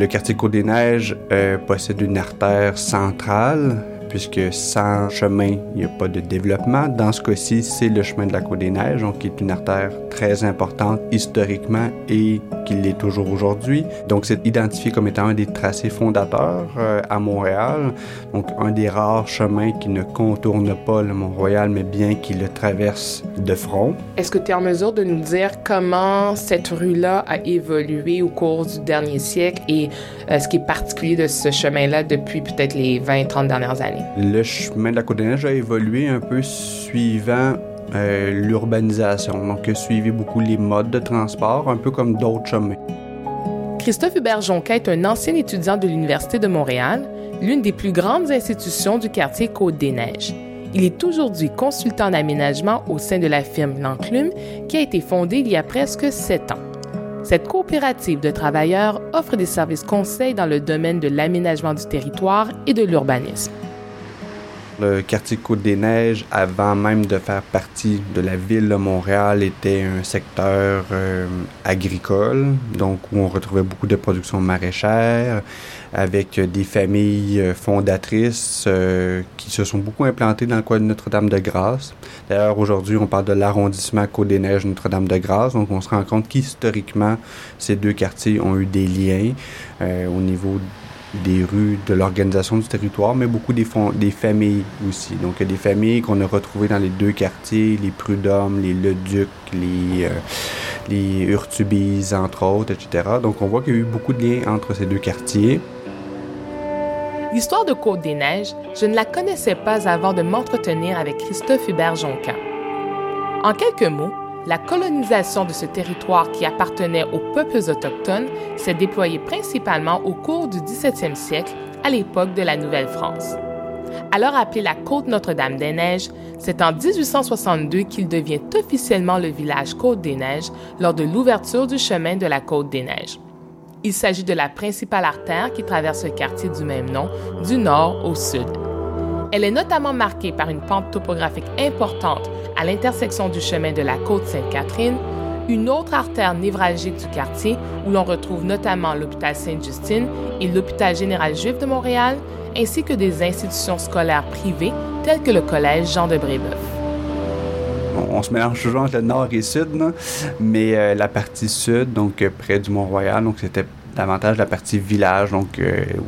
Le quartier Côte-des-Neiges possède une artère centrale, puisque sans chemin, il n'y a pas de développement. Dans ce cas-ci, c'est le chemin de la Côte-des-Neiges, donc qui est une artère très importante historiquement et qui l'est toujours aujourd'hui. Donc, c'est identifié comme étant un des tracés fondateurs à Montréal. Donc, un des rares chemins qui ne contourne pas le Mont-Royal, mais bien qui le traverse de front. Est-ce que tu es en mesure de nous dire comment cette rue-là a évolué au cours du dernier siècle et ce qui est particulier de ce chemin-là depuis peut-être les 20-30 dernières années? Le chemin de la Côte-des-Neiges a évolué un peu suivant l'urbanisation, donc a suivi beaucoup les modes de transport, un peu comme d'autres chemins. Christophe Hubert-Jonca est un ancien étudiant de l'Université de Montréal, l'une des plus grandes institutions du quartier Côte-des-Neiges. Il est aujourd'hui consultant en aménagement au sein de la firme L'Enclume, qui a été fondée il y a presque 7 ans. Cette coopérative de travailleurs offre des services conseils dans le domaine de l'aménagement du territoire et de l'urbanisme. Le quartier Côte-des-Neiges, avant même de faire partie de la ville de Montréal, était un secteur agricole, donc où on retrouvait beaucoup de production maraîchère, avec des familles fondatrices qui se sont beaucoup implantées dans le coin de Notre-Dame-de-Grâce. D'ailleurs, aujourd'hui, on parle de l'arrondissement Côte-des-Neiges Notre-Dame-de-Grâce, donc on se rend compte qu'historiquement, ces deux quartiers ont eu des liens au niveau des rues, de l'organisation du territoire, mais beaucoup des familles aussi. Donc, il y a des familles qu'on a retrouvées dans les deux quartiers, les Prud'hommes, les Leduc, les Urtubise, entre autres, etc. Donc, on voit qu'il y a eu beaucoup de liens entre ces deux quartiers. L'histoire de Côte-des-Neiges, je ne la connaissais pas avant de m'entretenir avec Christophe Hubert-Jonca. En quelques mots, la colonisation de ce territoire qui appartenait aux peuples autochtones s'est déployée principalement au cours du 17e siècle, à l'époque de la Nouvelle-France. Alors appelé la Côte-Notre-Dame-des-Neiges, c'est en 1862 qu'il devient officiellement le village Côte-des-Neiges lors de l'ouverture du chemin de la Côte-des-Neiges. Il s'agit de la principale artère qui traverse le quartier du même nom, du nord au sud. Elle est notamment marquée par une pente topographique importante à l'intersection du chemin de la Côte-Sainte-Catherine, une autre artère névralgique du quartier où l'on retrouve notamment l'hôpital Sainte-Justine et l'hôpital général juif de Montréal, ainsi que des institutions scolaires privées telles que le collège Jean de Brébeuf. On se mélange toujours entre le nord et le sud, là, mais la partie sud, donc près du Mont-Royal, donc c'était davantage la partie village, donc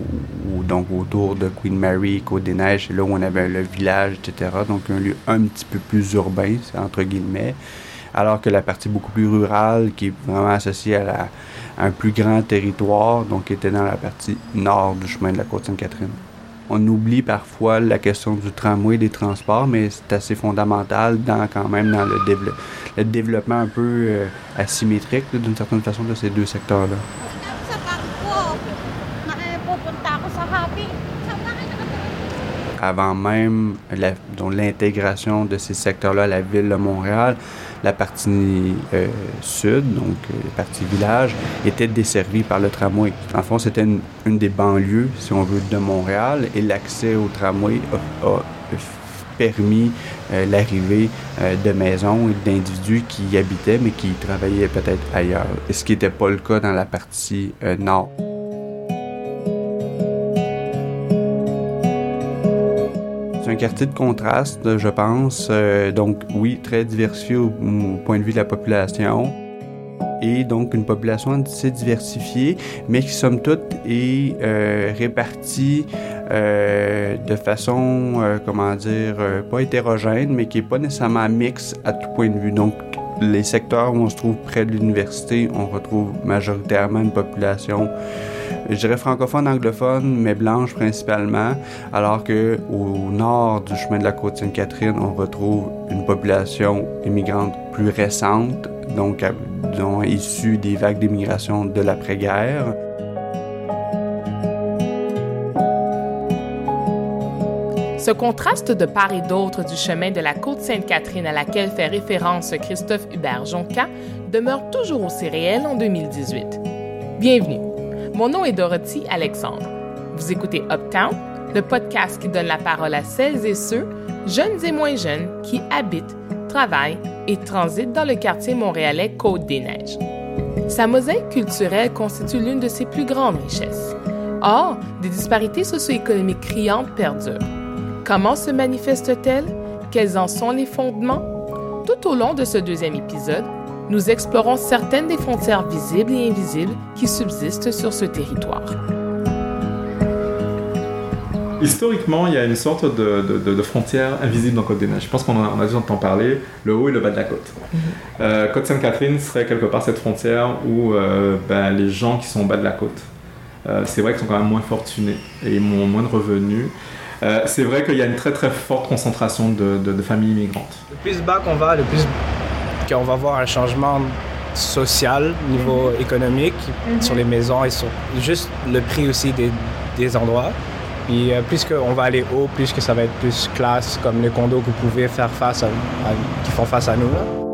autour de Queen Mary, Côte-des-Neiges, c'est là où on avait le village, etc. Donc un lieu un petit peu plus urbain, c'est entre guillemets, alors que la partie beaucoup plus rurale, qui est vraiment associée à un plus grand territoire, donc était dans la partie nord du chemin de la Côte-Sainte-Catherine. On oublie parfois la question du tramway, des transports, mais c'est assez fondamental quand même dans le développement un peu asymétrique, là, d'une certaine façon, de ces deux secteurs-là. Avant même l'intégration de ces secteurs-là à la ville de Montréal, la partie sud, donc la partie village, était desservie par le tramway. En fond, c'était une des banlieues, si on veut, de Montréal, et l'accès au tramway a permis l'arrivée de maisons et d'individus qui y habitaient, mais qui travaillaient peut-être ailleurs, ce qui n'était pas le cas dans la partie nord. C'est un quartier de contraste, je pense. Donc, oui, très diversifié au point de vue de la population. Et donc, une population assez diversifiée, mais qui, somme toute, est répartie de façon, pas hétérogène, mais qui n'est pas nécessairement mixte à tout point de vue. Donc, les secteurs où on se trouve près de l'université, on retrouve majoritairement une population, je dirais francophone, anglophone, mais blanche principalement, alors qu'au nord du chemin de la Côte-Sainte-Catherine, on retrouve une population immigrante plus récente, donc disons, issue des vagues d'immigration de l'après-guerre. Ce contraste de part et d'autre du chemin de la Côte-Sainte-Catherine à laquelle fait référence Christophe Hubert-Jonca demeure toujours aussi réel en 2018. Bienvenue. Mon nom est Dorothy Alexandre. Vous écoutez Uptown, le podcast qui donne la parole à celles et ceux, jeunes et moins jeunes, qui habitent, travaillent et transitent dans le quartier montréalais Côte-des-Neiges. Sa mosaïque culturelle constitue l'une de ses plus grandes richesses. Or, des disparités socio-économiques criantes perdurent. Comment se manifestent-elles? Quels en sont les fondements? Tout au long de ce deuxième épisode, nous explorons certaines des frontières visibles et invisibles qui subsistent sur ce territoire. Historiquement, il y a une sorte de frontière invisible dans Côte-des-Neiges. Je pense qu'on a dû entendre parler, le haut et le bas de la côte. Côte-Sainte-Catherine serait quelque part cette frontière où les gens qui sont au bas de la côte, c'est vrai qu'ils sont quand même moins fortunés et ont moins de revenus. C'est vrai qu'il y a une très très forte concentration de familles immigrantes. Le plus bas qu'on va, le plus qu'on va voir un changement social, niveau économique, sur les maisons et sur juste le prix aussi des endroits. Puis plus qu'on va aller haut, plus que ça va être plus classe, comme les condos que vous pouvez faire face qui font face à nous.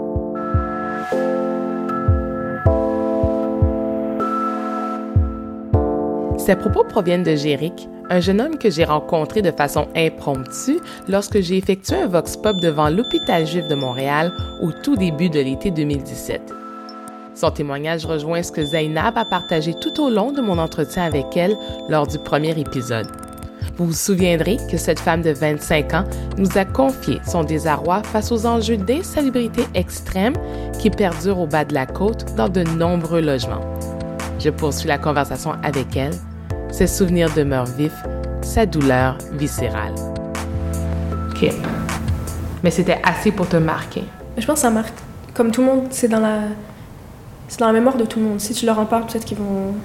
Ces propos proviennent de Jérick, un jeune homme que j'ai rencontré de façon impromptue lorsque j'ai effectué un vox pop devant l'hôpital juif de Montréal au tout début de l'été 2017. Son témoignage rejoint ce que Zainab a partagé tout au long de mon entretien avec elle lors du premier épisode. Vous vous souviendrez que cette femme de 25 ans nous a confié son désarroi face aux enjeux d'insalubrité extrême qui perdurent au bas de la côte dans de nombreux logements. Je poursuis la conversation avec elle. Ses souvenirs demeurent vifs, sa douleur viscérale. OK. Mais c'était assez pour te marquer. Je pense que ça marque. Comme tout le monde, c'est dans la mémoire de tout le monde. Si tu leur en parles, peut-être qu'ils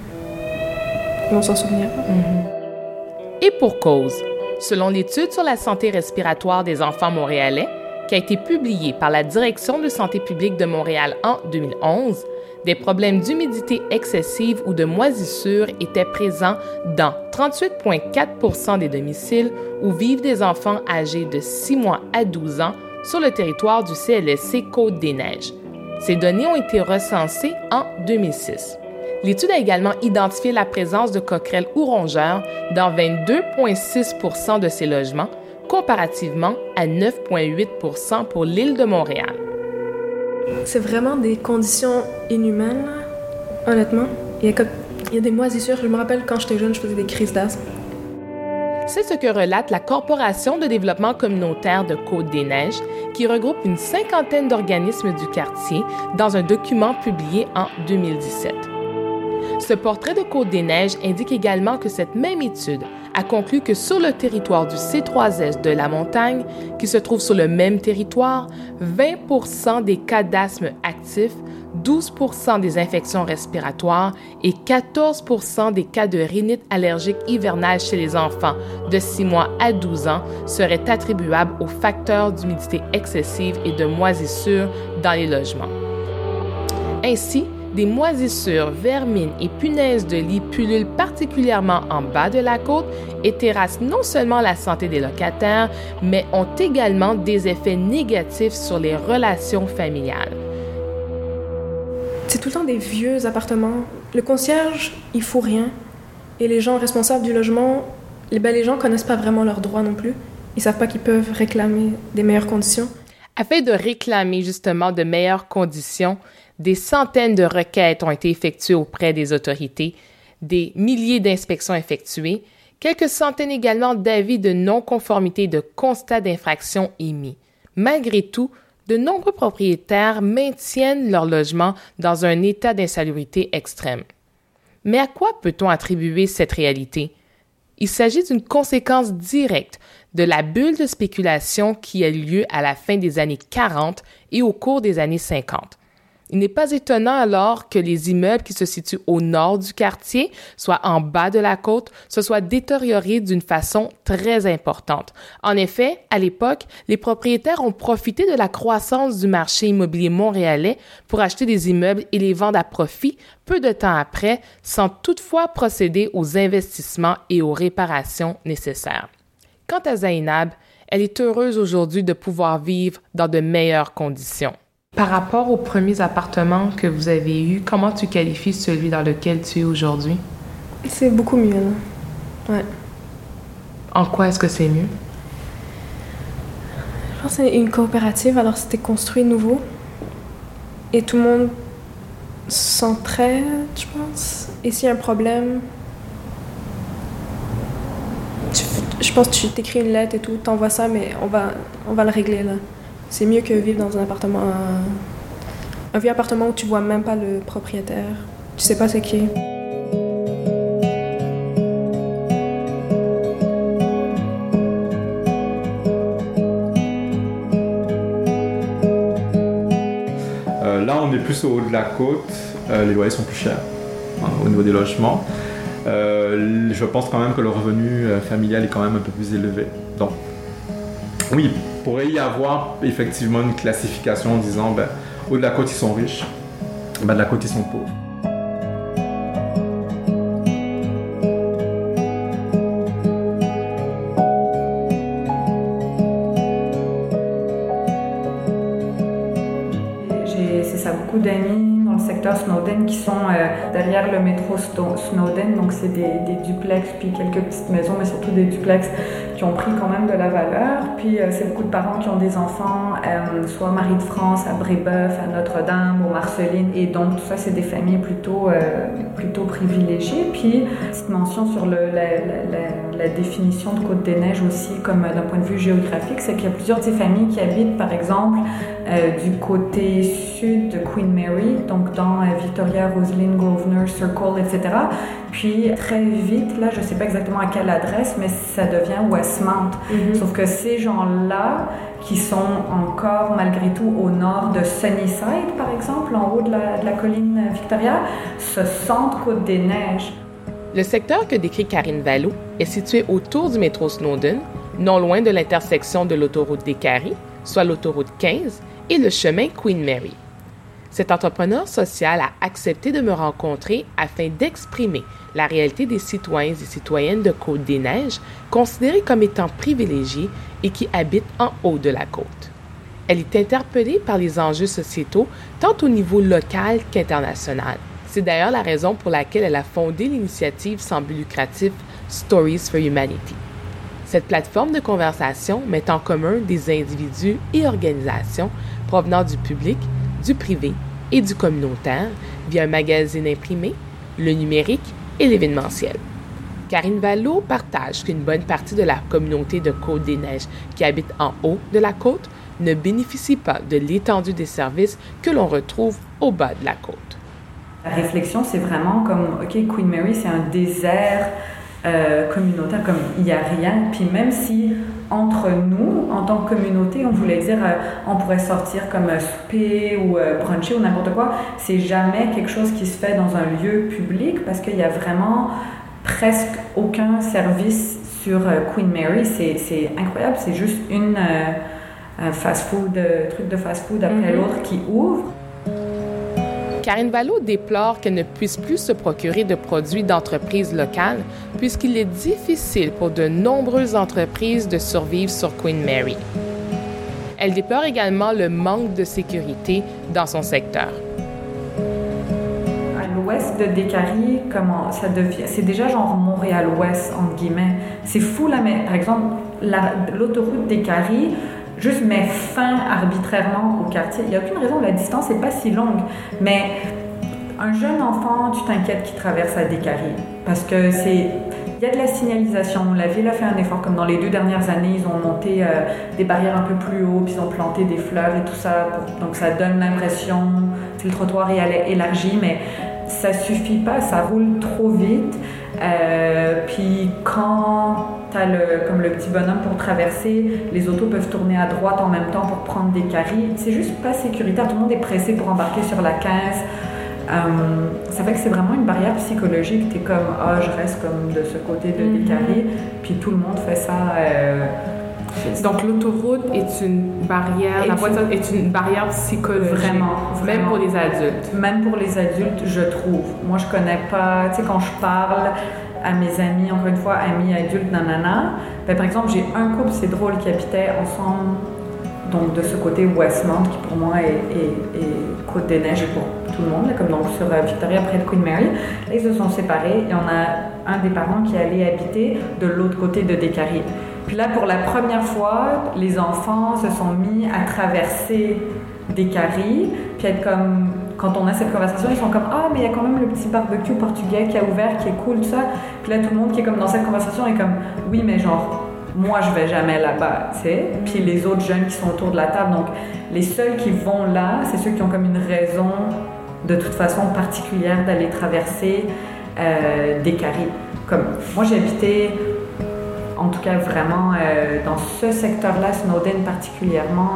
vont s'en souvenir. Mm-hmm. Et pour cause, selon l'étude sur la santé respiratoire des enfants montréalais, qui a été publiée par la Direction de santé publique de Montréal en 2011, des problèmes d'humidité excessive ou de moisissure étaient présents dans 38,4 % des domiciles où vivent des enfants âgés de 6 mois à 12 ans sur le territoire du CLSC Côte-des-Neiges. Ces données ont été recensées en 2006. L'étude a également identifié la présence de coquerelles ou rongeurs dans 22,6 % de ces logements, comparativement à 9,8 % pour l'île de Montréal. C'est vraiment des conditions inhumaines, honnêtement. Il y a des moisissures. Je me rappelle quand j'étais jeune, je faisais des crises d'asthme. C'est ce que relate la Corporation de développement communautaire de Côte-des-Neiges, qui regroupe une cinquantaine d'organismes du quartier dans un document publié en 2017. Ce portrait de Côte-des-Neiges indique également que cette même étude a conclu que sur le territoire du C3S de la montagne, qui se trouve sur le même territoire, 20 % des cas d'asthme actifs, 12 % des infections respiratoires et 14 % des cas de rhinite allergique hivernale chez les enfants de 6 mois à 12 ans seraient attribuables aux facteurs d'humidité excessive et de moisissure dans les logements. Ainsi, des moisissures, vermines et punaises de lit pullulent particulièrement en bas de la côte et terrassent non seulement la santé des locataires, mais ont également des effets négatifs sur les relations familiales. C'est tout le temps des vieux appartements. Le concierge, il faut rien. Et les gens responsables du logement, les gens connaissent pas vraiment leurs droits non plus. Ils savent pas qu'ils peuvent réclamer des meilleures conditions. Afin de réclamer justement de meilleures conditions, des centaines de requêtes ont été effectuées auprès des autorités, des milliers d'inspections effectuées, quelques centaines également d'avis de non-conformité et de constats d'infraction émis. Malgré tout, de nombreux propriétaires maintiennent leur logement dans un état d'insalubrité extrême. Mais à quoi peut-on attribuer cette réalité? Il s'agit d'une conséquence directe de la bulle de spéculation qui a eu lieu à la fin des années 40 et au cours des années 50. Il n'est pas étonnant alors que les immeubles qui se situent au nord du quartier, soit en bas de la côte, se soient détériorés d'une façon très importante. En effet, à l'époque, les propriétaires ont profité de la croissance du marché immobilier montréalais pour acheter des immeubles et les vendre à profit peu de temps après, sans toutefois procéder aux investissements et aux réparations nécessaires. Quant à Zainab, elle est heureuse aujourd'hui de pouvoir vivre dans de meilleures conditions. Par rapport aux premiers appartements que vous avez eus, comment tu qualifies celui dans lequel tu es aujourd'hui? C'est beaucoup mieux, là. Ouais. En quoi est-ce que c'est mieux? Je pense que c'est une coopérative, alors c'était construit nouveau. Et tout le monde s'entraident, je pense. Et s'il y a un problème, je pense que tu t'écris une lettre et tout, t'envoies ça, mais on va le régler là. C'est mieux que vivre dans un appartement, un vieux appartement où tu vois même pas le propriétaire. Tu sais pas c'est qui. Là, on est plus au haut de la côte. Les loyers sont plus chers au niveau des logements. Je pense quand même que le revenu familial est quand même un peu plus élevé. Donc, oui, il pourrait y avoir effectivement une classification en disant, au haut de la côte, ils sont riches, bas de la côte, ils sont pauvres. Beaucoup d'amis dans le secteur Snowden qui sont derrière le métro Snowden, donc c'est des duplex puis quelques petites maisons, mais surtout des duplex qui ont pris quand même de la valeur. Puis c'est beaucoup de parents qui ont des enfants, soit Marie de France, à Brébeuf, à Notre-Dame, aux Marcellines, et donc tout ça c'est des familles plutôt privilégiées. Puis petite mention sur la définition de Côte-des-Neiges aussi, comme d'un point de vue géographique, c'est qu'il y a plusieurs de ces familles qui habitent par exemple du côté sud de Queen Mary, donc dans Victoria, Rosslyn, Grosvenor, Circle, etc. Puis très vite, là je ne sais pas exactement à quelle adresse, mais ça devient Westmount. Sauf que ces gens-là, qui sont encore malgré tout au nord de Sunnyside, par exemple, en haut de la colline Victoria, se sentent Côte-des-Neiges. Le secteur que décrit Karine Vallot est situé autour du métro Snowden, non loin de l'intersection de l'autoroute des Caries, soit l'autoroute 15, et le chemin Queen Mary. Cet entrepreneur social a accepté de me rencontrer afin d'exprimer la réalité des citoyens et citoyennes de Côte-des-Neiges, considérés comme étant privilégiés et qui habitent en haut de la côte. Elle est interpellée par les enjeux sociétaux tant au niveau local qu'international. C'est d'ailleurs la raison pour laquelle elle a fondé l'initiative sans but lucratif Stories for Humanity. Cette plateforme de conversation met en commun des individus et organisations provenant du public, du privé et du communautaire via un magazine imprimé, le numérique et l'événementiel. Karine Vallot partage qu'une bonne partie de la communauté de Côte-des-Neiges qui habite en haut de la côte ne bénéficie pas de l'étendue des services que l'on retrouve au bas de la côte. La réflexion, c'est vraiment comme, OK, Queen Mary, c'est un désert communautaire, comme il n'y a rien. Puis même si, entre nous, en tant que communauté, on voulait dire, on pourrait sortir comme souper ou bruncher ou n'importe quoi, c'est jamais quelque chose qui se fait dans un lieu public parce qu'il y a vraiment presque aucun service sur Queen Mary. C'est incroyable, c'est juste truc de fast-food après l'autre qui ouvre. Karine Vallot déplore qu'elle ne puisse plus se procurer de produits d'entreprises locales puisqu'il est difficile pour de nombreuses entreprises de survivre sur Queen Mary. Elle déplore également le manque de sécurité dans son secteur. À l'ouest de Décarie, comment ça devient, c'est déjà genre Montréal-Ouest, entre guillemets. C'est fou là, mais par exemple, l'autoroute Décarie juste met fin arbitrairement au quartier. Il n'y a aucune raison, la distance n'est pas si longue. Mais un jeune enfant, tu t'inquiètes qu'il traverse à Décarie. Parce que il y a de la signalisation. La ville a fait un effort. Comme dans les 2 dernières années, ils ont monté des barrières un peu plus haut, puis ils ont planté des fleurs et tout ça. Donc ça donne l'impression que le trottoir est élargi, mais ça suffit pas, ça roule trop vite. Puis quand t'as comme le petit bonhomme pour traverser, les autos peuvent tourner à droite en même temps pour prendre des caries. C'est juste pas sécuritaire. Tout le monde est pressé pour embarquer sur la 15. Ça fait que c'est vraiment une barrière psychologique. T'es comme, je reste comme de ce côté de Décarie. Puis tout le monde fait ça. Donc l'autoroute est une barrière, la voiture est une barrière psychologique. Vraiment. Même pour les adultes. Même pour les adultes, je trouve. Moi, je connais pas, tu sais, quand je parle à mes amis, encore une fois, amis adultes, nanana, par exemple, j'ai un couple, c'est drôle, qui habitait ensemble, donc de ce côté Westmount, qui pour moi est Côte-des-Neiges pour tout le monde, là, comme donc sur Victoria, près de Queen Mary. Là, ils se sont séparés et on a un des parents qui allait habiter de l'autre côté de Décarie. Puis là, pour la première fois, les enfants se sont mis à traverser Décarie, puis être comme quand on a cette conversation, ils sont comme « Ah, mais il y a quand même le petit barbecue portugais qui a ouvert, qui est cool, tout ça. » Puis là, tout le monde qui est comme dans cette conversation est comme « Oui, mais genre, moi, je vais jamais là-bas, tu sais. » Puis les autres jeunes qui sont autour de la table, donc les seuls qui vont là, c'est ceux qui ont comme une raison de toute façon particulière d'aller traverser des Caraïbes. Comme moi, j'ai habité, en tout cas vraiment dans ce secteur-là, Snowden particulièrement,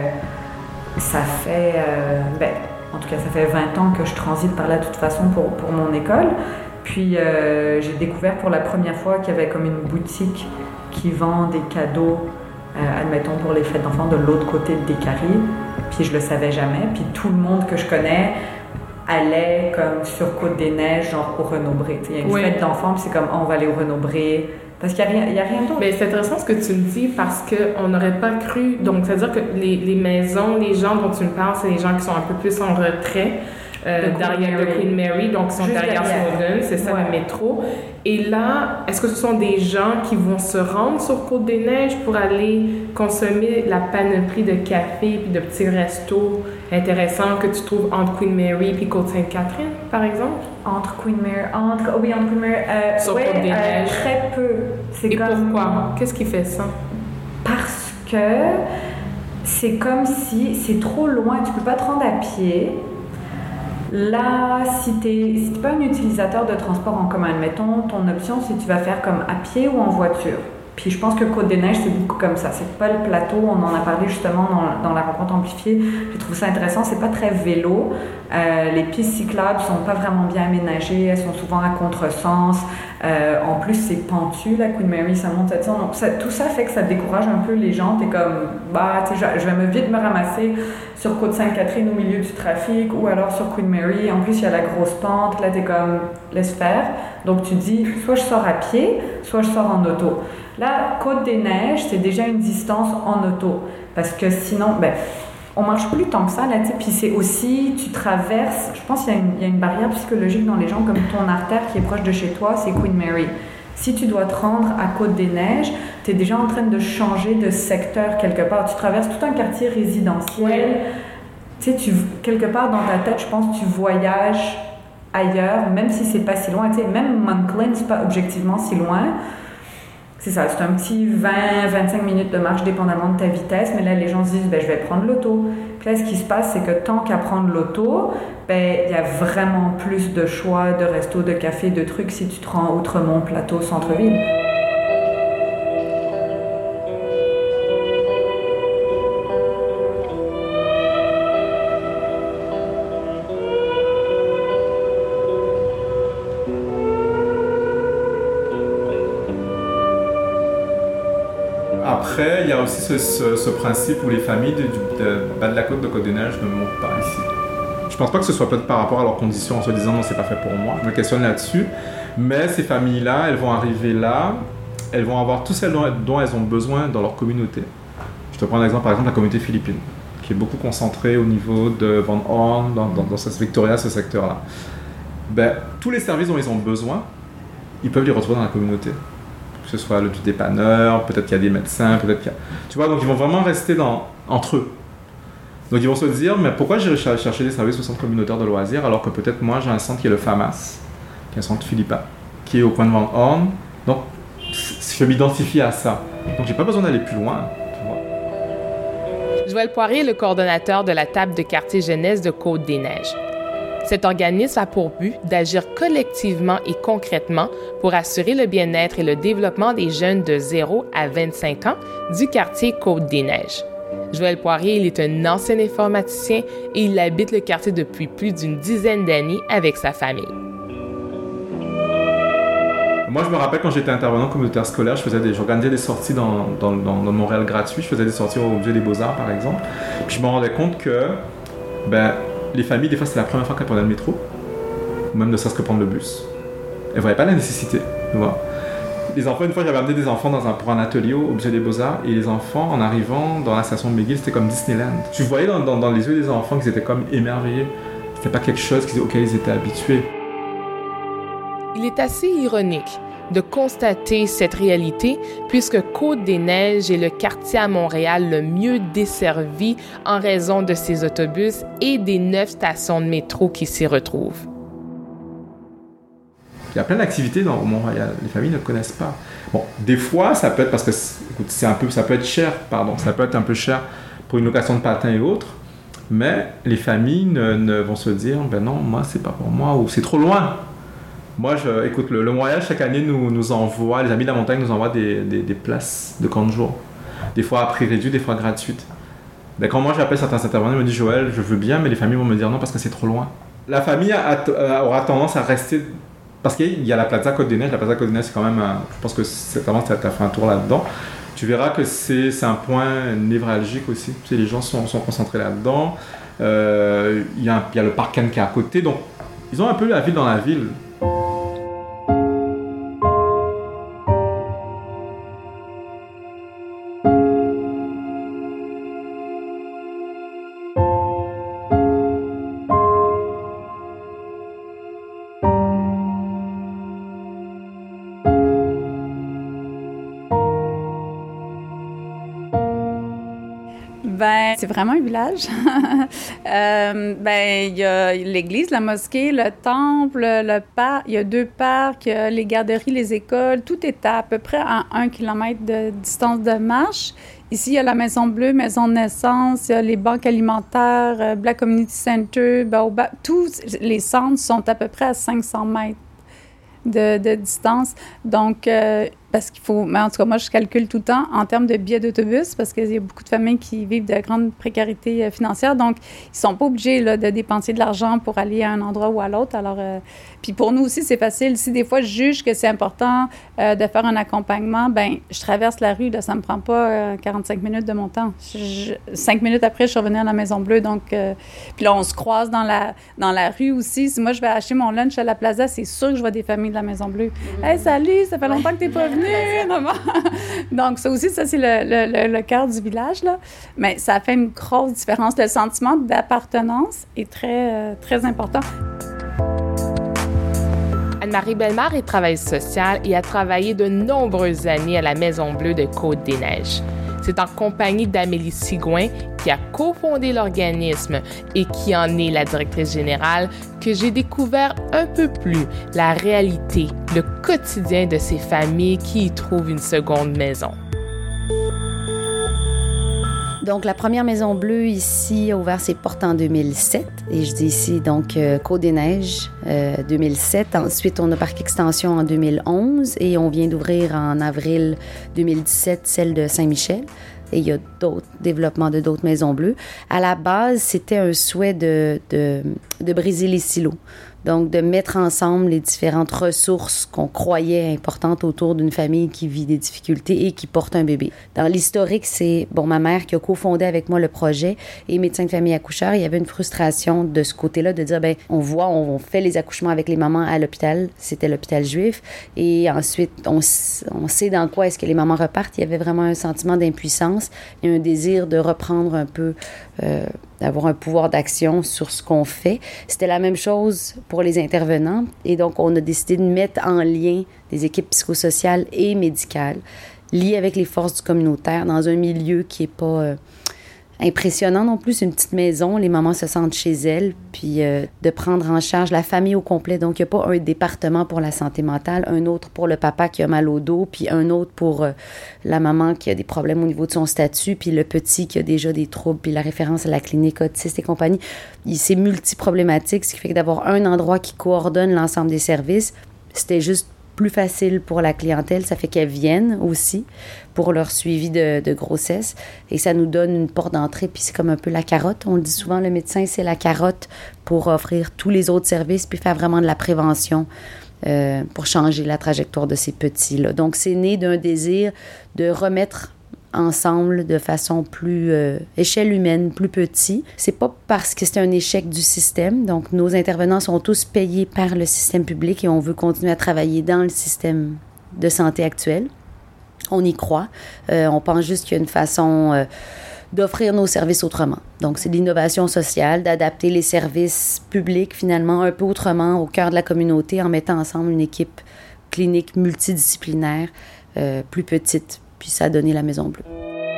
ça fait, en tout cas, ça fait 20 ans que je transite par là de toute façon pour mon école. Puis j'ai découvert pour la première fois qu'il y avait comme une boutique qui vend des cadeaux, admettons pour les fêtes d'enfants, de l'autre côté des Caraïbes. Puis je le savais jamais. Puis tout le monde que je connais allait comme sur Côte-des-Neiges, genre au Renaud-Bré. Il y a une fête d'enfants, puis c'est comme on va aller au Renaud-Bré. Parce qu'il n'y a rien d'autre. Mais c'est intéressant ce que tu me dis parce qu'on n'aurait pas cru. Donc, c'est-à-dire que les maisons, les gens dont tu me parles, c'est les gens qui sont un peu plus en retrait. Derrière le Queen Mary, donc ils sont derrière Snowden, c'est ça le métro. Et là, est-ce que ce sont des gens qui vont se rendre sur Côte-des-Neiges pour aller consommer la panoplie de cafés puis de petits restos intéressants que tu trouves entre Queen Mary puis Côte-Sainte-Catherine, par exemple? Entre Queen Mary, sur Côte-des-Neiges. Très peu. Et pourquoi? Qu'est-ce qui fait ça? Parce que c'est comme si c'est trop loin, tu peux pas te rendre à pied. Là, si t'es pas un utilisateur de transport en commun, admettons, ton option, c'est tu vas faire comme à pied ou en voiture. Puis je pense que Côte-des-Neiges, c'est beaucoup comme ça. C'est pas le plateau, on en a parlé justement dans la rencontre amplifiée. Je trouve ça intéressant, c'est pas très vélo. Les pistes cyclables sont pas vraiment bien aménagées, elles sont souvent à contresens. En plus, c'est pentu, la Queen Mary, ça monte, ça. Donc tout ça fait que ça décourage un peu les gens. T'es comme, tu sais, je vais vite me ramasser sur Côte-Sainte-Catherine au milieu du trafic ou alors sur Queen Mary. En plus, il y a la grosse pente. Là, t'es comme, laisse faire. Donc tu dis, soit je sors à pied, soit je sors en auto. Là, Côte-des-Neiges, c'est déjà une distance en auto. Parce que sinon, on marche plus tant que ça, là, tu sais. Puis c'est aussi, tu traverses, je pense qu'il y a une barrière psychologique dans les gens, comme ton artère qui est proche de chez toi, c'est Queen Mary. Si tu dois te rendre à Côte-des-Neiges, tu es déjà en train de changer de secteur quelque part. Tu traverses tout un quartier résidentiel. Tu sais, quelque part dans ta tête, je pense, tu voyages ailleurs, même si c'est pas si loin. Tu sais, même Moncton, c'est pas objectivement si loin. C'est ça, c'est un petit 20-25 minutes de marche dépendamment de ta vitesse, mais là les gens se disent je vais prendre l'auto. Puis là ce qui se passe, c'est que tant qu'à prendre l'auto, il y a vraiment plus de choix de restos, de cafés, de trucs si tu te rends Outremont, Plateau, centre-ville. Après, il y a aussi ce principe où les familles de bas de la côte de Côte-des-Neiges ne montent pas ici. Je pense pas que ce soit peut-être par rapport à leurs conditions en se disant non, c'est pas fait pour moi. Je me questionne là-dessus. Mais ces familles-là, elles vont arriver là, elles vont avoir tout ce dont elles ont besoin dans leur communauté. Je te prends un exemple, par exemple, la communauté philippine, qui est beaucoup concentrée au niveau de Van Horn, dans ce Victoria, ce secteur-là. Tous les services dont ils ont besoin, ils peuvent les retrouver dans la communauté. Que ce soit le dépanneur, peut-être qu'il y a des médecins, peut-être qu'il y a... Tu vois, donc ils vont vraiment rester entre eux. Donc ils vont se dire, mais pourquoi j'irai chercher des services au centre communautaire de loisirs alors que peut-être moi j'ai un centre qui est le FAMAS, qui est un centre philippin, qui est au coin de Van Horn. Donc je m'identifie à ça. Donc j'ai pas besoin d'aller plus loin. Tu vois. Joël Poirier est le coordonnateur de la table de quartier jeunesse de Côte-des-Neiges. Cet organisme a pour but d'agir collectivement et concrètement pour assurer le bien-être et le développement des jeunes de 0 à 25 ans du quartier Côte-des-Neiges. Joël Poirier, il est un ancien informaticien et il habite le quartier depuis plus d'une dizaine d'années avec sa famille. Moi, je me rappelle quand j'étais intervenant communautaire scolaire, j'organisais des sorties dans Montréal gratuit. Je faisais des sorties au Musée des Beaux-Arts, par exemple. Puis je me rendais compte que les familles, des fois, c'était la première fois qu'elles prenaient le métro, ou même ne serait-ce que prendre le bus. Elles ne voyaient pas la nécessité. Tu vois. Les enfants, une fois, j'avais amené des enfants pour un atelier au Musée des Beaux-Arts, et les enfants, en arrivant dans la station de McGill, c'était comme Disneyland. Tu voyais dans les yeux des enfants qu'ils étaient comme émerveillés. C'était pas quelque chose auquel ils étaient habitués. Il est assez ironique de constater cette réalité puisque Côte-des-Neiges est le quartier à Montréal le mieux desservi en raison de ses autobus et des 9 stations de métro qui s'y retrouvent. Il y a plein d'activités au Mont-Royal. Les familles ne connaissent pas. Bon, des fois, ça peut être parce que ça peut être cher, ça peut être un peu cher pour une location de patins et autres, mais les familles ne vont se dire, ben non, moi, c'est pas pour moi, ou c'est trop loin. Moi, écoute, le Mont-Royal, chaque année, nous envoie, les Amis de la Montagne nous envoient des places de camp de jour. Des fois à prix réduit, des fois gratuites. Quand moi, j'appelle certains intervenants, ils me disent, Joël, je veux bien, mais les familles vont me dire non parce que c'est trop loin. La famille aura tendance à rester... Parce qu'il y a la Plaza Côte-des-Neiges. La Plaza Côte-des-Neiges, c'est quand même je pense que avant, tu as fait un tour là-dedans. Tu verras que c'est un point névralgique aussi. Tu sais, les gens sont concentrés là-dedans. Il y a le parc Cannes qui est à côté. Donc, ils ont un peu la ville dans la ville. C'est vraiment un village. Il y a l'église, la mosquée, le temple, le parc. Il y a 2 parcs, les garderies, les écoles. Tout est à peu près à 1 kilomètre de distance de marche. Ici, il y a la Maison Bleue, Maison de naissance, il y a les banques alimentaires, Black Community Center, Baobab. Tous les centres sont à peu près à 500 mètres de distance. Donc, parce qu'il faut... Mais en tout cas, moi, je calcule tout le temps en termes de billets d'autobus parce qu'il y a beaucoup de familles qui vivent de grande précarité financière. Donc, ils ne sont pas obligés là, de dépenser de l'argent pour aller à un endroit ou à l'autre. Alors, puis pour nous aussi, c'est facile. Si des fois, je juge que c'est important de faire un accompagnement, ben je traverse la rue. Là, ça ne me prend pas 45 minutes de mon temps. 5 minutes après, je suis revenue à la Maison Bleue. Donc, puis là, on se croise dans la rue aussi. Si moi, je vais acheter mon lunch à la Plaza, c'est sûr que je vois des familles de la Maison Bleue. « Hey, salut, ça fait longtemps que tu n'es pas venue! » Donc, ça aussi, ça, c'est le cœur du village, là. Mais ça fait une grosse différence. Le sentiment d'appartenance est très, très important. Anne-Marie Bellemare est travailleuse sociale et a travaillé de nombreuses années à la Maison Bleue de Côte-des-Neiges. C'est en compagnie d'Amélie Sigouin, qui a cofondé l'organisme et qui en est la directrice générale, que j'ai découvert un peu plus la réalité, le quotidien de ces familles qui y trouvent une seconde maison. Donc, la première Maison Bleue ici a ouvert ses portes en 2007. Et je dis ici, donc, Côte-des-Neiges, 2007. Ensuite, on a Parc Extension en 2011 et on vient d'ouvrir en avril 2017 celle de Saint-Michel. Et il y a d'autres développements de d'autres Maisons Bleues. À la base, c'était un souhait de briser les silos. Donc, de mettre ensemble les différentes ressources qu'on croyait importantes autour d'une famille qui vit des difficultés et qui porte un bébé. Dans l'historique, c'est ma mère qui a cofondé avec moi le projet et médecin de famille accoucheur. Il y avait une frustration de ce côté-là de dire, on fait les accouchements avec les mamans à l'hôpital. C'était l'hôpital juif. Et ensuite, on sait dans quoi est-ce que les mamans repartent. Il y avait vraiment un sentiment d'impuissance et un désir de reprendre un peu... d'avoir un pouvoir d'action sur ce qu'on fait. C'était la même chose pour les intervenants. Et donc, on a décidé de mettre en lien des équipes psychosociales et médicales liées avec les forces du communautaire dans un milieu qui n'est pas impressionnant non plus. C'est une petite maison. Les mamans se sentent chez elles. Puis de prendre en charge la famille au complet. Donc, il n'y a pas un département pour la santé mentale, un autre pour le papa qui a mal au dos, puis un autre pour la maman qui a des problèmes au niveau de son statut, puis le petit qui a déjà des troubles, puis la référence à la clinique autiste et compagnie. C'est multiproblématique, ce qui fait que d'avoir un endroit qui coordonne l'ensemble des services, c'était juste plus facile pour la clientèle. Ça fait qu'elles viennent aussi pour leur suivi de grossesse et ça nous donne une porte d'entrée. Puis c'est comme un peu la carotte. On le dit souvent, le médecin, c'est la carotte pour offrir tous les autres services puis faire vraiment de la prévention pour changer la trajectoire de ces petits-là. Donc, c'est né d'un désir de remettre ensemble de façon plus échelle humaine, plus petit. C'est pas parce que c'est un échec du système. Donc, nos intervenants sont tous payés par le système public et on veut continuer à travailler dans le système de santé actuel. On y croit. On pense juste qu'il y a une façon d'offrir nos services autrement. Donc, c'est de l'innovation sociale, d'adapter les services publics, finalement, un peu autrement au cœur de la communauté en mettant ensemble une équipe clinique multidisciplinaire plus petite. Puis ça a donné la Maison Bleue.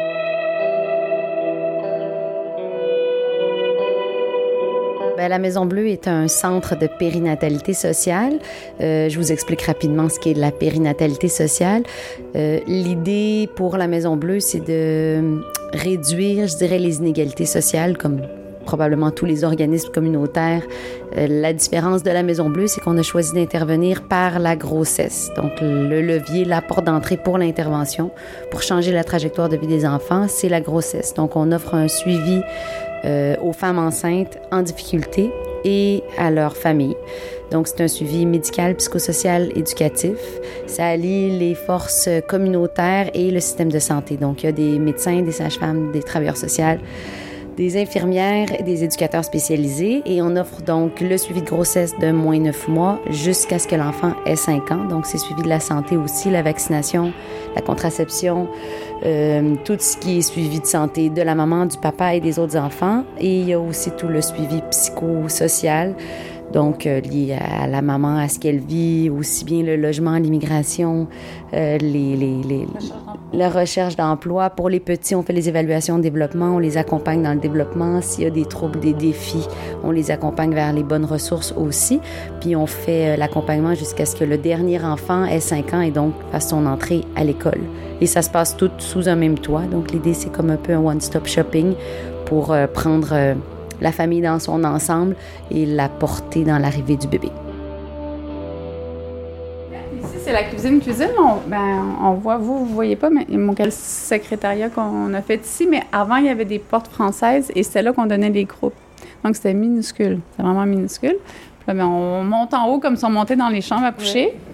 Bien, la Maison Bleue est un centre de périnatalité sociale. Je vous explique rapidement ce qu'est la périnatalité sociale. L'idée pour la Maison Bleue, c'est de réduire, je dirais, les inégalités sociales, comme probablement tous les organismes communautaires. La différence de la Maison Bleue, c'est qu'on a choisi d'intervenir par la grossesse. Donc, le levier, la porte d'entrée pour l'intervention, pour changer la trajectoire de vie des enfants, c'est la grossesse. Donc, on offre un suivi aux femmes enceintes en difficulté et à leur famille. Donc, c'est un suivi médical, psychosocial, éducatif. Ça allie les forces communautaires et le système de santé. Donc, il y a des médecins, des sages-femmes, des travailleurs sociaux, des infirmières et des éducateurs spécialisés. Et on offre donc le suivi de grossesse de moins 9 mois jusqu'à ce que l'enfant ait 5 ans. Donc, c'est suivi de la santé aussi, la vaccination, la contraception, tout ce qui est suivi de santé de la maman, du papa et des autres enfants. Et il y a aussi tout le suivi psychosocial, donc lié à la maman, à ce qu'elle vit, aussi bien le logement, l'immigration, la recherche d'emploi. Pour les petits, on fait les évaluations de développement, on les accompagne dans le développement. S'il y a des troubles, des défis, on les accompagne vers les bonnes ressources aussi. Puis on fait l'accompagnement jusqu'à ce que le dernier enfant ait 5 ans et donc fasse son entrée à l'école. Et ça se passe tout sous un même toit. Donc l'idée, c'est comme un peu un one-stop shopping pour prendre la famille dans son ensemble et la porter dans l'arrivée du bébé. Ici, c'est la cuisine. On voit, vous voyez pas, mais mon secrétariat qu'on a fait ici, mais avant, il y avait des portes françaises et c'est là qu'on donnait les groupes. Donc, c'était minuscule. C'était vraiment minuscule. Puis là, on monte en haut comme si on montait dans les chambres à coucher. Oui.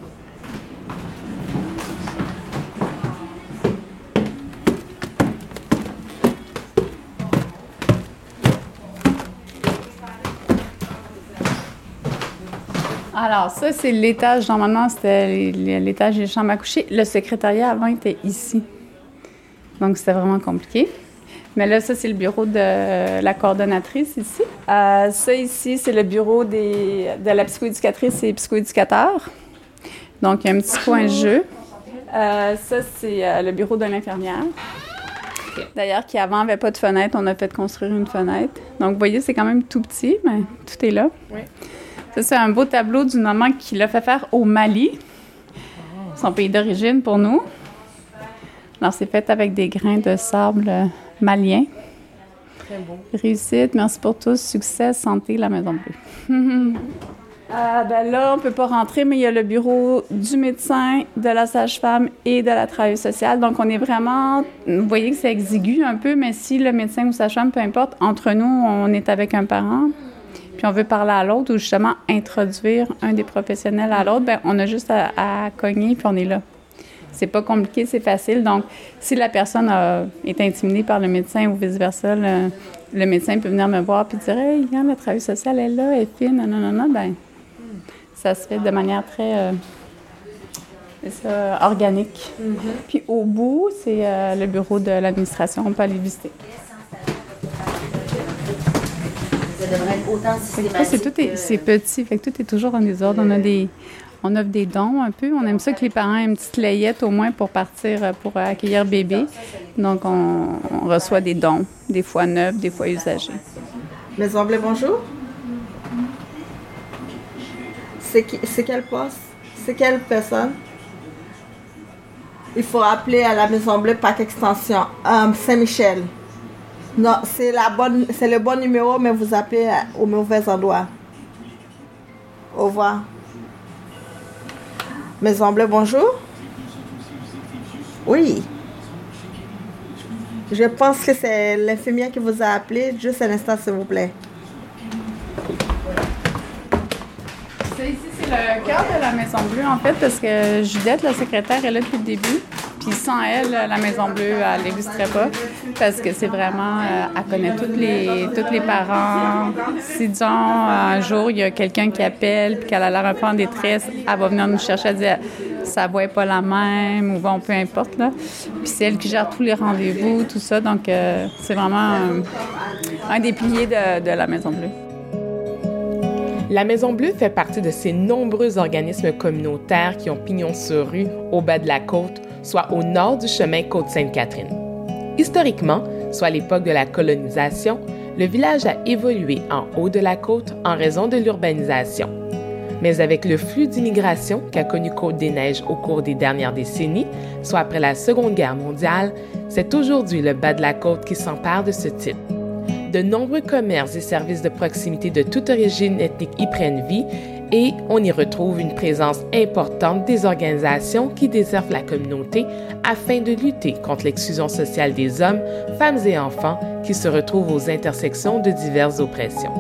Alors, ça, c'est l'étage. Normalement, c'était l'étage des chambres à coucher. Le secrétariat, avant, était ici. Donc, c'était vraiment compliqué. Mais là, ça, c'est le bureau de la coordonnatrice ici. Ça, ici, c'est le bureau de la psychoéducatrice et psychoéducateur. Donc, il y a un petit coin jeu. Ça, c'est le bureau de l'infirmière. D'ailleurs, qui avant n'avait pas de fenêtre. On a fait construire une fenêtre. Donc, vous voyez, c'est quand même tout petit, mais tout est là. Oui. Ça, c'est un beau tableau d'une maman qui l'a fait faire au Mali, son pays d'origine pour nous. Alors, c'est fait avec des grains de sable malien. Très beau. Réussite, merci pour tous, succès, santé, la Maison Bleue. Là, on ne peut pas rentrer, mais il y a le bureau du médecin, de la sage-femme et de la travailleuse sociale. Donc, on est vraiment... Vous voyez que c'est exigu un peu, mais si le médecin ou sage-femme, peu importe, entre nous, on est avec un parent, puis on veut parler à l'autre ou justement introduire un des professionnels à l'autre, bien, on a juste à cogner, puis on est là. C'est pas compliqué, c'est facile. Donc, si la personne est intimidée par le médecin ou vice-versa, le médecin peut venir me voir puis dire « Hey, regarde, la travailleuse sociale est là, elle est fine, non. » Bien, ça se fait de manière très organique. Mm-hmm. Puis au bout, c'est le bureau de l'administration. On peut aller visiter. Ça devrait être autant systématique. C'est petit, fait que tout est toujours en désordre. On offre des dons un peu. On aime ça que les parents aient une petite layette au moins pour partir, pour accueillir bébé. Donc, on reçoit des dons, des fois neufs, des fois usagés. Maison Bleue, bonjour. C'est quel poste? C'est quelle personne? Il faut appeler à la Maison Bleue par extension. Saint-Michel. Non, c'est le bon numéro, mais vous appelez au mauvais endroit. Au revoir. Maison Bleue, bonjour. Oui. Je pense que c'est l'infirmière qui vous a appelé. Juste un instant, s'il vous plaît. Ici, c'est le cœur de la Maison Bleue, en fait, parce que Judith, la secrétaire, est là depuis le début. Puis sans elle, la Maison Bleue, elle n'existerait pas, parce que c'est vraiment, elle connaît tous les parents. Si, disons, un jour, il y a quelqu'un qui appelle, puis qu'elle a l'air un peu en détresse, elle va venir nous chercher, elle dire sa voix n'est pas la même, ou bon, peu importe, là. Puis c'est elle qui gère tous les rendez-vous, tout ça, donc c'est vraiment un des piliers de la Maison Bleue. La Maison Bleue fait partie de ces nombreux organismes communautaires qui ont pignon sur rue au bas de la côte, soit au nord du chemin Côte-Sainte-Catherine. Historiquement, soit à l'époque de la colonisation, le village a évolué en haut de la côte en raison de l'urbanisation. Mais avec le flux d'immigration qu'a connu Côte-des-Neiges au cours des dernières décennies, soit après la Seconde Guerre mondiale, c'est aujourd'hui le bas de la côte qui s'empare de ce titre. De nombreux commerces et services de proximité de toute origine ethnique y prennent vie et on y retrouve une présence importante des organisations qui desservent la communauté afin de lutter contre l'exclusion sociale des hommes, femmes et enfants qui se retrouvent aux intersections de diverses oppressions.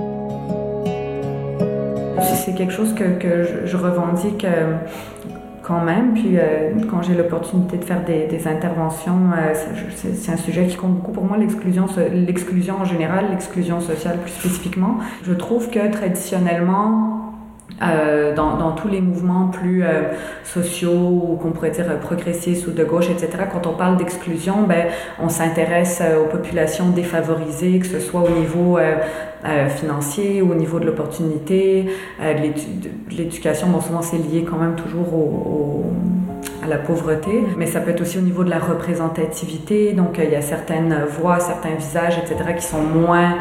C'est quelque chose que je revendique quand même, puis quand j'ai l'opportunité de faire des interventions, c'est un sujet qui compte beaucoup pour moi, l'exclusion en général, l'exclusion sociale plus spécifiquement. Je trouve que traditionnellement, dans tous les mouvements plus sociaux ou qu'on pourrait dire progressistes ou de gauche, etc., quand on parle d'exclusion, on s'intéresse aux populations défavorisées, que ce soit au niveau financier ou au niveau de l'opportunité, de l'éducation. Bon, souvent c'est lié quand même toujours à la pauvreté, mais ça peut être aussi au niveau de la représentativité. Donc il y a certaines voix, certains visages, etc., qui sont moins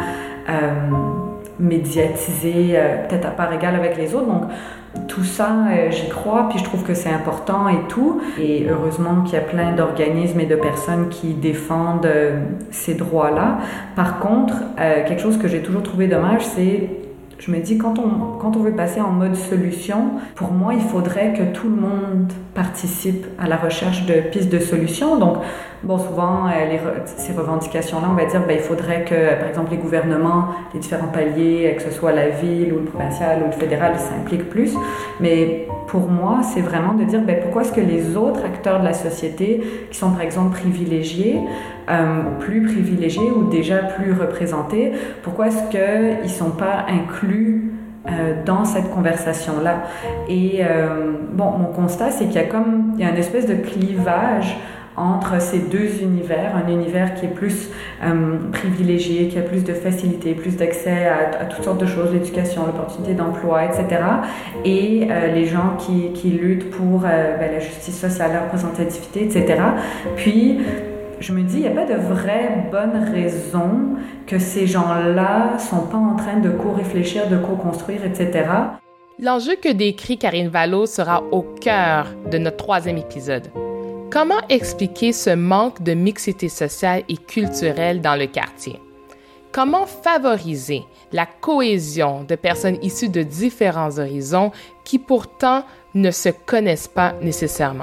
médiatisés, peut-être à part égale avec les autres. Donc tout ça, j'y crois, puis je trouve que c'est important et tout. Et heureusement qu'il y a plein d'organismes et de personnes qui défendent ces droits-là. Par contre, quelque chose que j'ai toujours trouvé dommage, c'est, je me dis, quand on veut passer en mode solution, pour moi, il faudrait que tout le monde participe à la recherche de pistes de solutions. Donc, bon, souvent, ces revendications-là, on va dire, il faudrait que, par exemple, les gouvernements, les différents paliers, que ce soit la ville ou le provincial ou le fédéral, s'impliquent plus. Mais pour moi, c'est vraiment de dire, pourquoi est-ce que les autres acteurs de la société, qui sont, par exemple, privilégiés, plus privilégiés ou déjà plus représentés, pourquoi est-ce qu'ils ne sont pas inclus dans cette conversation-là? Et mon constat, c'est qu'il y a une espèce de clivage entre ces deux univers, un univers qui est plus privilégié, qui a plus de facilité, plus d'accès à toutes sortes de choses, l'éducation, l'opportunité d'emploi, etc. Et les gens qui luttent pour la justice sociale, la représentativité, etc. Puis, je me dis, il n'y a pas de vraie bonne raison que ces gens-là ne sont pas en train de co-réfléchir, de co-construire, etc. L'enjeu que décrit Karine Vallot sera au cœur de notre 3e épisode. Comment expliquer ce manque de mixité sociale et culturelle dans le quartier? Comment favoriser la cohésion de personnes issues de différents horizons qui pourtant ne se connaissent pas nécessairement?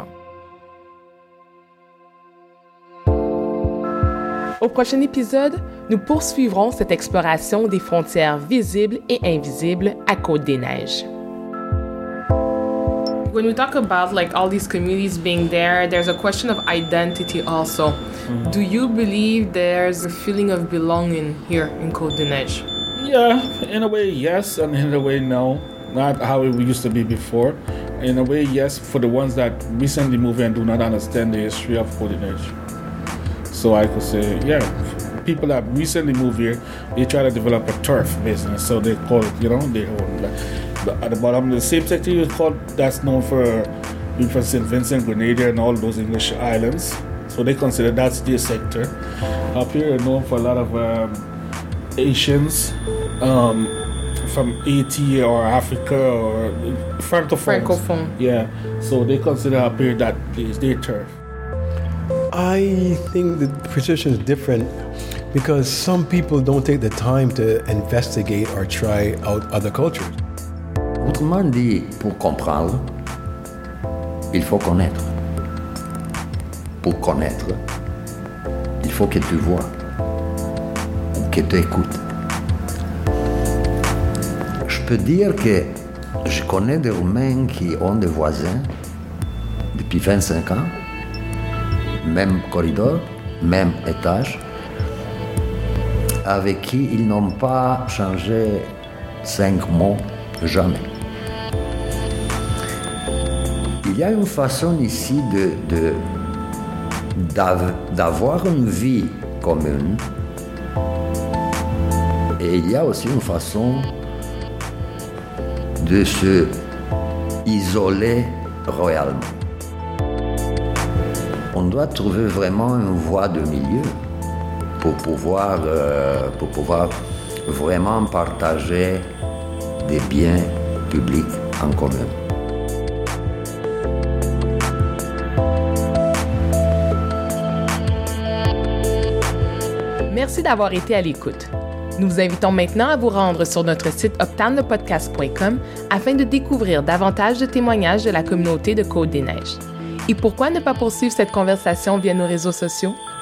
Au prochain épisode, nous poursuivrons cette exploration des frontières visibles et invisibles à Côte-des-Neiges. When we talk about like all these communities being there, there's a question of identity also. Mm-hmm. Do you believe there's a feeling of belonging here in Côte-des-Neiges? Yeah, in a way yes, and in a way no. Not how it used to be before. In a way yes, for the ones that recently moved and do not understand the history of Côte-des-Neiges. So I could say, yeah, people that recently moved here, they try to develop a turf business. So they call it, they own at the bottom, the same sector you call that's known for St. Vincent, Grenada, and all those English islands. So they consider that's their sector. Up here, known for a lot of Asians from Haiti or Africa or Francophone. Yeah, so they consider up here that is their turf. I think the position is different because some people don't take the time to investigate or try out other cultures. Autrement dit, pour comprendre, il faut connaître. Pour connaître, il faut que tu vois ou que tu écoutes. Je peux dire que je connais des Roumains qui ont des voisins depuis 25 ans, même corridor, même étage, avec qui ils n'ont pas changé 5 mots, jamais. Il y a une façon ici d'avoir une vie commune et il y a aussi une façon de se isoler royalement. On doit trouver vraiment une voie de milieu pour pouvoir vraiment partager des biens publics en commun. Merci d'avoir été à l'écoute. Nous vous invitons maintenant à vous rendre sur notre site optanlepodcast.com afin de découvrir davantage de témoignages de la communauté de Côte-des-Neiges. Et pourquoi ne pas poursuivre cette conversation via nos réseaux sociaux?